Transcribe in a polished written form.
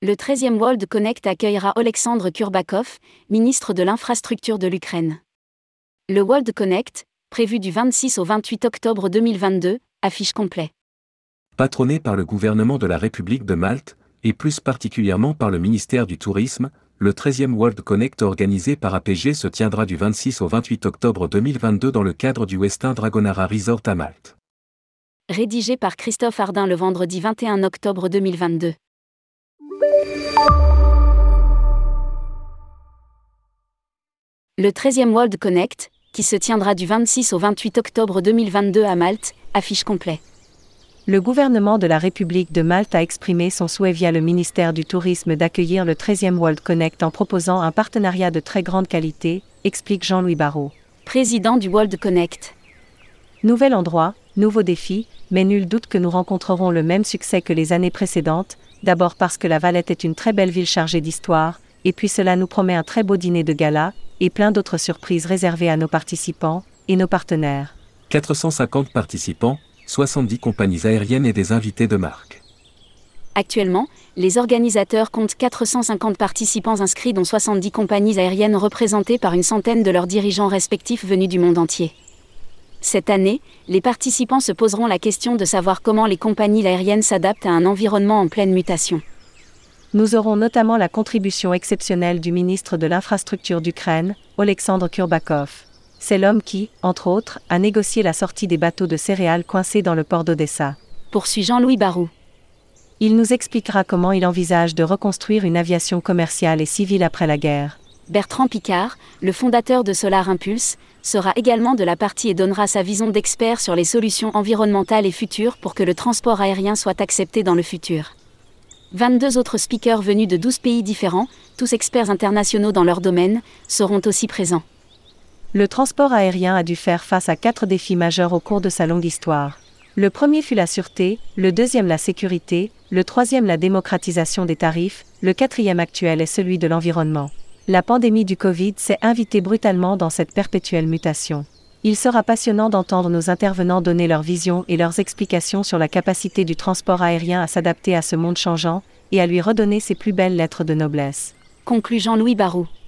Le 13e World Connect accueillera Oleksandr Kurbakov, ministre de l'Infrastructure de l'Ukraine. Le World Connect, prévu du 26 au 28 octobre 2022, affiche complet. Patronné par le gouvernement de la République de Malte, et plus particulièrement par le ministère du Tourisme, le 13e World Connect organisé par APG se tiendra du 26 au 28 octobre 2022 dans le cadre du Westin Dragonara Resort à Malte. Rédigé par Christophe Ardin le vendredi 21 octobre 2022. Le 13e World Connect, qui se tiendra du 26 au 28 octobre 2022 à Malte, affiche complet. Le gouvernement de la République de Malte a exprimé son souhait via le ministère du Tourisme d'accueillir le 13e World Connect en proposant un partenariat de très grande qualité, explique Jean-Louis Barrault, président du World Connect. Nouvel endroit, nouveaux défis, mais nul doute que nous rencontrerons le même succès que les années précédentes, d'abord parce que la Valette est une très belle ville chargée d'histoire, et puis cela nous promet un très beau dîner de gala, et plein d'autres surprises réservées à nos participants et nos partenaires. 450 participants, 70 compagnies aériennes et des invités de marque. Actuellement, les organisateurs comptent 450 participants inscrits dont 70 compagnies aériennes représentées par une centaine de leurs dirigeants respectifs venus du monde entier. Cette année, les participants se poseront la question de savoir comment les compagnies aériennes s'adaptent à un environnement en pleine mutation. Nous aurons notamment la contribution exceptionnelle du ministre de l'Infrastructure d'Ukraine, Oleksandr Kurbakov. C'est l'homme qui, entre autres, a négocié la sortie des bateaux de céréales coincés dans le port d'Odessa. Poursuit Jean-Louis Barrault. Il nous expliquera comment il envisage de reconstruire une aviation commerciale et civile après la guerre. Bertrand Piccard, le fondateur de Solar Impulse, sera également de la partie et donnera sa vision d'expert sur les solutions environnementales et futures pour que le transport aérien soit accepté dans le futur. 22 autres speakers venus de 12 pays différents, tous experts internationaux dans leur domaine, seront aussi présents. Le transport aérien a dû faire face à 4 défis majeurs au cours de sa longue histoire. Le premier fut la sûreté, le deuxième la sécurité, le troisième la démocratisation des tarifs, le quatrième actuel est celui de l'environnement. La pandémie du Covid s'est invitée brutalement dans cette perpétuelle mutation. Il sera passionnant d'entendre nos intervenants donner leur vision et leurs explications sur la capacité du transport aérien à s'adapter à ce monde changeant et à lui redonner ses plus belles lettres de noblesse. Conclut Jean-Louis Barrault.